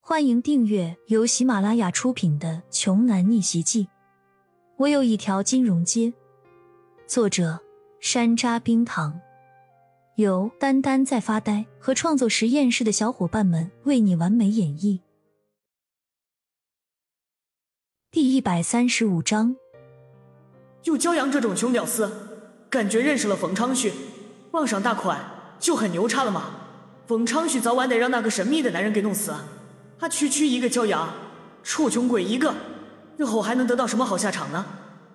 欢迎订阅由喜马拉雅出品的《穷男逆袭记》。我有一条金融街。作者山楂冰糖，由丹丹在发呆和创作实验室的小伙伴们为你完美演绎。第135章。 就骄阳这种穷屌丝，感觉认识了冯昌旭，傍上大款就很牛叉了吗？冯昌旭早晚得让那个神秘的男人给弄死，他区区一个骄阳，臭穷鬼一个，日后还能得到什么好下场呢？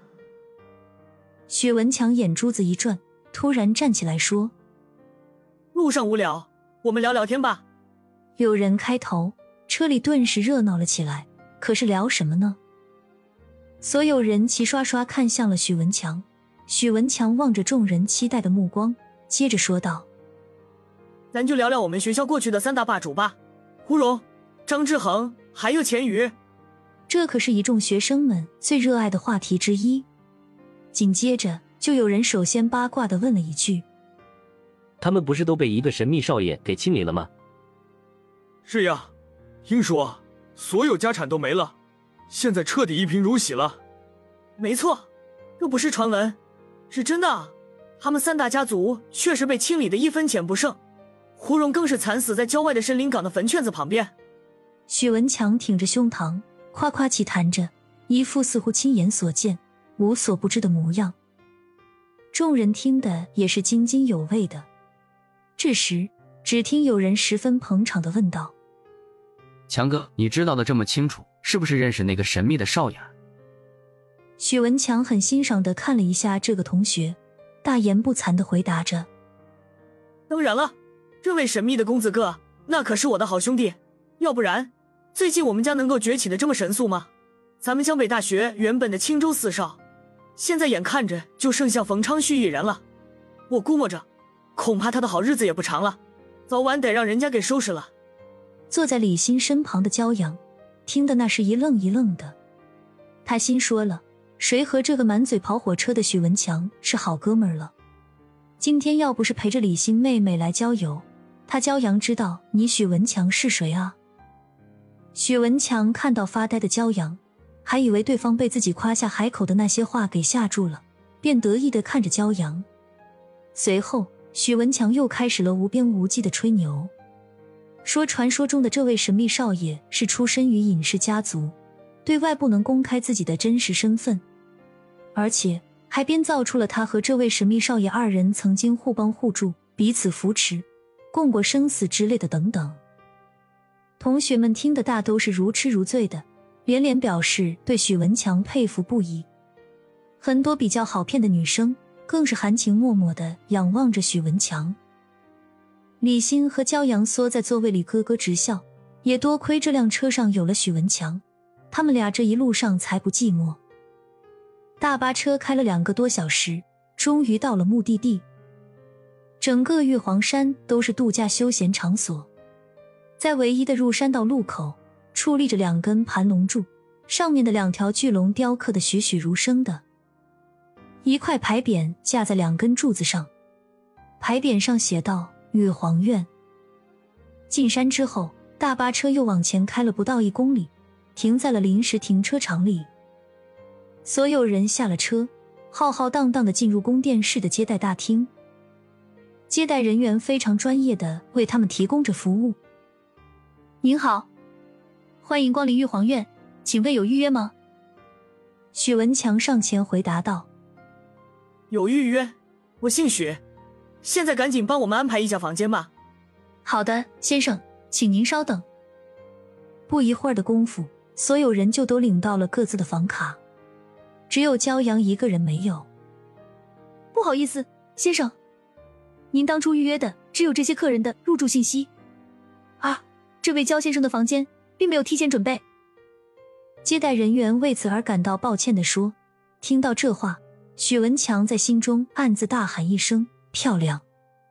许文强眼珠子一转，突然站起来说： 路上无聊，我们聊聊天吧。 有人开头，车里顿时热闹了起来，可是聊什么呢？所有人齐刷刷看向了许文强，许文强望着众人期待的目光，接着说道： 咱就聊聊我们学校过去的三大霸主吧，胡荣、张之恒还有钱宇。 这可是一众学生们最热爱的话题之一。紧接着就有人首先八卦地问了一句： 他们不是都被一个神秘少爷给清理了吗？ 是呀，听说所有家产都没了，现在彻底一贫如洗了。 没错，这不是传闻，是真的啊！他们三大家族确实被清理得一分钱不剩，胡荣更是惨死在郊外的森林港的坟圈子旁边。 许文强挺着胸膛，夸夸其谈着，一副似乎亲眼所见无所不知的模样。众人听得也是津津有味的。这时只听有人十分捧场地问道： 强哥，你知道的这么清楚，是不是认识那个神秘的少爷？ 许文强很欣赏地看了一下这个同学，大言不惭地回答着： 当然了，这位神秘的公子哥那可是我的好兄弟，要不然最近我们家能够崛起的这么神速吗？咱们江北大学原本的青州四少，现在眼看着就剩下冯昌旭一人了，我估摸着恐怕他的好日子也不长了，早晚得让人家给收拾了。 坐在李欣身旁的骄阳听得那是一愣一愣的，他心说了，谁和这个满嘴跑火车的许文强是好哥们儿了？今天要不是陪着李欣妹妹来郊游，他骄阳知道你许文强是谁啊？许文强看到发呆的骄阳，还以为对方被自己夸下海口的那些话给吓住了，便得意地看着骄阳。随后许文强又开始了无边无际的吹牛，说传说中的这位神秘少爷是出身于隐士家族，对外不能公开自己的真实身份，而且还编造出了他和这位神秘少爷二人曾经互帮互助，彼此扶持，共过生死之类的等等。同学们听的大都是如痴如醉的，连连表示对许文强佩服不已。很多比较好骗的女生更是含情脉脉地仰望着许文强。李欣和骄阳缩在座位里咯咯直笑，也多亏这辆车上有了许文强，他们俩这一路上才不寂寞。大巴车开了2个多小时，终于到了目的地。整个玉皇山都是度假休闲场所，在唯一的入山道路口矗立着2根盘龙柱，上面的2条巨龙雕刻得栩栩如生的。一块牌匾架在2根柱子上，牌匾上写道：玉皇院。进山之后，大巴车又往前开了不到1公里，停在了临时停车场里。所有人下了车，浩浩荡荡地进入宫殿式的接待大厅。接待人员非常专业地为他们提供着服务。您好，欢迎光临玉皇院，请问有预约吗？许文强上前回答道： 有预约，我姓许，现在赶紧帮我们安排一下房间吧。 好的，先生，请您稍等。不一会儿的功夫，所有人就都领到了各自的房卡，只有骄阳一个人没有。不好意思，先生，您当初预约的只有这些客人的入住信息。这位焦先生的房间并没有提前准备。接待人员为此而感到抱歉地说。听到这话，许文强在心中暗自大喊一声：漂亮。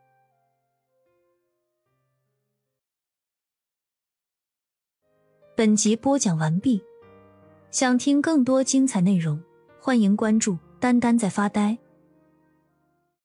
本集播讲完毕，想听更多精彩内容，欢迎关注丹丹在发呆。